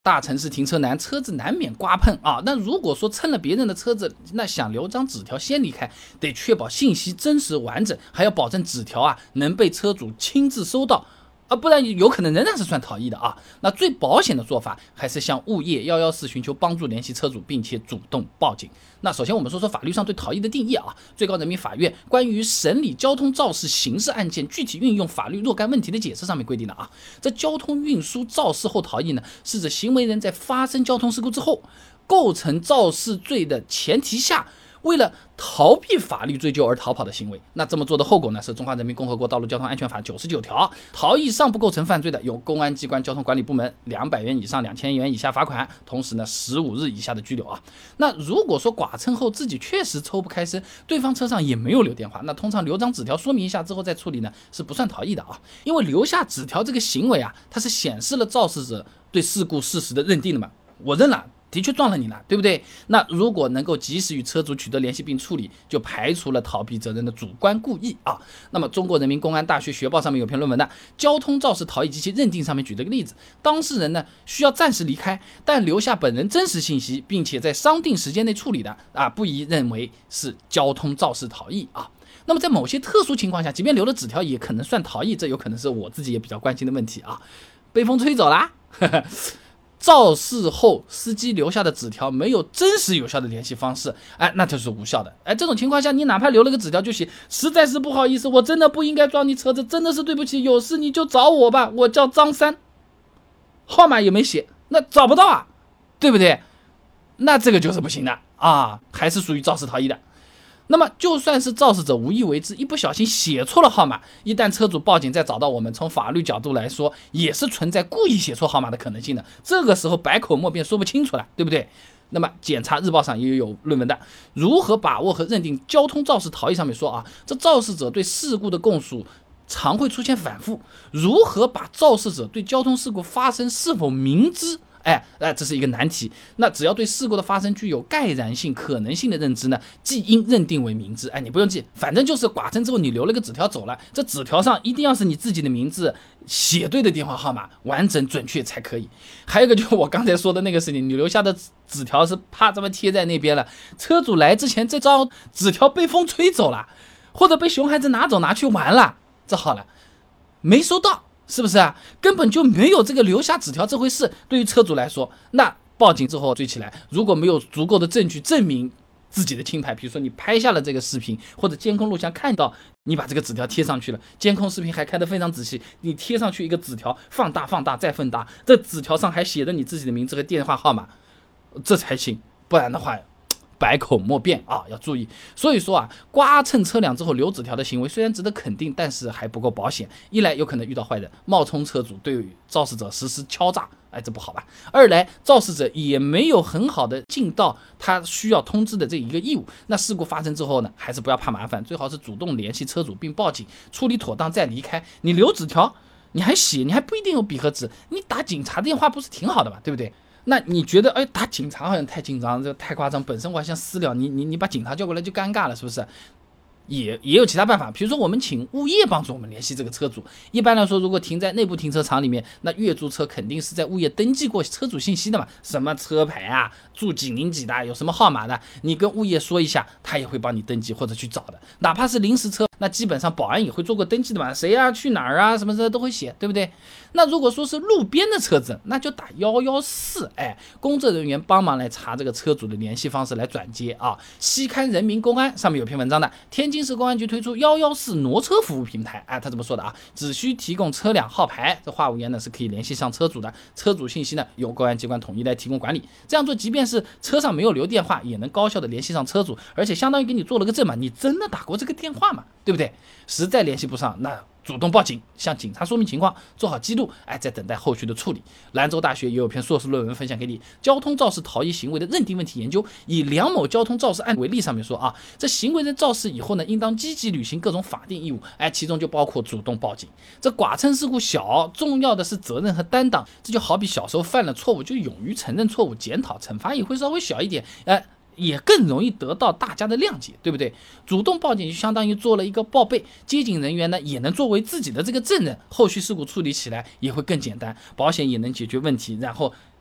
大城市停车难，车子难免刮碰啊。那如果说蹭了别人的车子，那想留张纸条先离开，得确保信息真实完整，还要保证纸条能被车主亲自收到。不然有可能仍然是算逃逸的啊。那最保险的做法还是向物业114寻求帮助，联系车主，并且主动报警。那首先我们说法律上对逃逸的定义啊。最高人民法院关于审理交通肇事刑事案件具体运用法律若干问题的解释上面规定了啊，这交通运输肇事后逃逸呢，是指行为人在发生交通事故之后，构成肇事罪的前提下，为了逃避法律追究而逃跑的行为。那这么做的后果呢，是中华人民共和国道路交通安全法99条，逃逸尚不构成犯罪的，由公安机关交通管理部门200元以上2000元以下罚款，同时呢15日以下的拘留啊。那如果说剐蹭后自己确实抽不开身，对方车上也没有留电话，那通常留张纸条说明一下之后再处理呢，是不算逃逸的啊。因为留下纸条这个行为它是显示了肇事者对事故事实的认定的嘛，我认了，的确撞了你了，对不对？那如果能够及时与车主取得联系并处理，就排除了逃避责任的主观故意啊。那么中国人民公安大学学报上面有篇论文的交通肇事逃逸及其认定上面举了个例子，当事人呢需要暂时离开，但留下本人真实信息，并且在商定时间内处理的不宜认为是交通肇事逃逸啊。那么在某些特殊情况下，即便留了纸条也可能算逃逸，这有可能是我自己也比较关心的问题啊。被风吹走啦肇事后司机留下的纸条没有真实有效的联系方式，那就是无效的。这种情况下，你哪怕留了个纸条就写实在是不好意思，我真的不应该撞你车子，真的是对不起，有事你就找我吧，我叫张三，号码也没写，那找不到对不对？那这个就是不行的还是属于肇事逃逸的。那么就算是肇事者无意为之，一不小心写错了号码，一旦车主报警再找到我们，从法律角度来说也是存在故意写错号码的可能性的，这个时候百口莫辩说不清楚了，对不对？那么检察日报上也有论文的如何把握和认定交通肇事逃逸上面说这肇事者对事故的供述常会出现反复，如何把肇事者对交通事故发生是否明知这是一个难题。那只要对事故的发生具有盖然性、可能性的认知呢，即应认定为明知。你不用记，反正就是剐蹭之后你留了个纸条走了，这纸条上一定要是你自己的名字，写对的电话号码，完整准确才可以。还有一个就是我刚才说的那个事情，你留下的纸条是啪这么贴在那边了，车主来之前这张纸条被风吹走了，或者被熊孩子拿去玩了，这好了，没收到。是不是根本就没有这个留下纸条这回事。对于车主来说，那报警之后追起来，如果没有足够的证据证明自己的清白，比如说你拍下了这个视频，或者监控录像看到你把这个纸条贴上去了，监控视频还看得非常仔细，你贴上去一个纸条，放大再放大，这纸条上还写着你自己的名字和电话号码，这才行，不然的话百口莫辩要注意。所以说刮蹭车辆之后留纸条的行为虽然值得肯定，但是还不够保险。一来有可能遇到坏人冒充车主对肇事者实施敲诈，这不好吧。二来肇事者也没有很好的尽到他需要通知的这一个义务。那事故发生之后呢，还是不要怕麻烦，最好是主动联系车主并报警，处理妥当再离开。你留纸条你还写，你还不一定有笔和纸，你打警察电话不是挺好的嘛，对不对？那你觉得打警察好像太紧张，这太夸张，本身我还想私了你把警察叫过来就尴尬了，是不是？也有其他办法，比如说我们请物业帮助我们联系这个车主。一般来说，如果停在内部停车场里面，那月租车肯定是在物业登记过车主信息的嘛，什么车牌住几零几的，有什么号码的，你跟物业说一下，他也会帮你登记或者去找的。哪怕是临时车，那基本上保安也会做过登记的嘛，谁去哪儿什么的都会写，对不对？那如果说是路边的车子，那就打114，公证人员帮忙来查这个车主的联系方式来转接西刊人民公安上面有篇文章的，天津市公安局推出114挪车服务平台，他这么说的只需提供车辆号牌，这话无言呢是可以联系上车主的，车主信息呢由公安机关统一来提供管理。这样做即便是车上没有留电话，也能高效的联系上车主，而且相当于给你做了个证嘛，你真的打过这个电话嘛，对不对？实在联系不上，那主动报警，向警察说明情况，做好记录，再等待后续的处理。兰州大学也有篇硕士论文分享给你，交通肇事逃逸行为的认定问题研究，以梁某交通肇事案为例，上面说这行为人肇事以后呢，应当积极履行各种法定义务，其中就包括主动报警。这剐蹭事故小，重要的是责任和担当，这就好比小时候犯了错误，就勇于承认错误，检讨，惩罚也会稍微小一点，也更容易得到大家的谅解，对不对？主动报警就相当于做了一个报备，接警人员呢也能作为自己的这个证人，后续事故处理起来也会更简单，保险也能解决问题，然后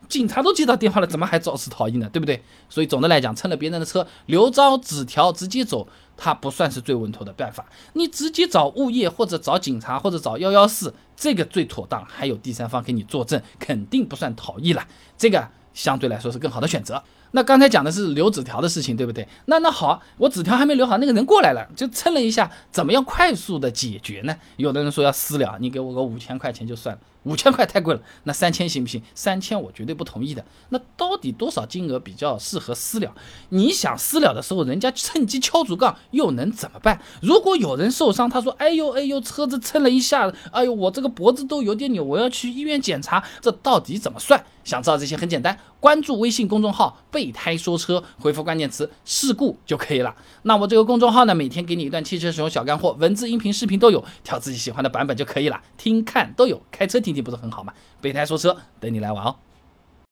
警察都接到电话了，怎么还肇事逃逸呢？对不对？所以总的来讲，蹭了别人的车，留张纸条直接走，它不算是最稳妥的办法。你直接找物业或者找警察或者找114，这个最妥当，还有第三方给你作证，肯定不算逃逸了。这个相对来说是更好的选择。那刚才讲的是留纸条的事情，对不对？那好，我纸条还没留好，那个人过来了，就蹭了一下，怎么样快速的解决呢？有的人说要私了，你给我个5000块钱就算了，5000块太贵了，那3000行不行？3000我绝对不同意的。那到底多少金额比较适合私了？你想私了的时候，人家趁机敲竹杠，又能怎么办？如果有人受伤，他说哎呦，车子蹭了一下，哎呦，我这个脖子都有点扭，我要去医院检查，这到底怎么算？想知道这些很简单，关注微信公众号备胎说车，回复关键词事故就可以了。那我这个公众号呢，每天给你一段汽车使用小干货，文字、音频、视频都有，挑自己喜欢的版本就可以了，听看都有，开车听听不是很好吗？备胎说车，等你来玩哦。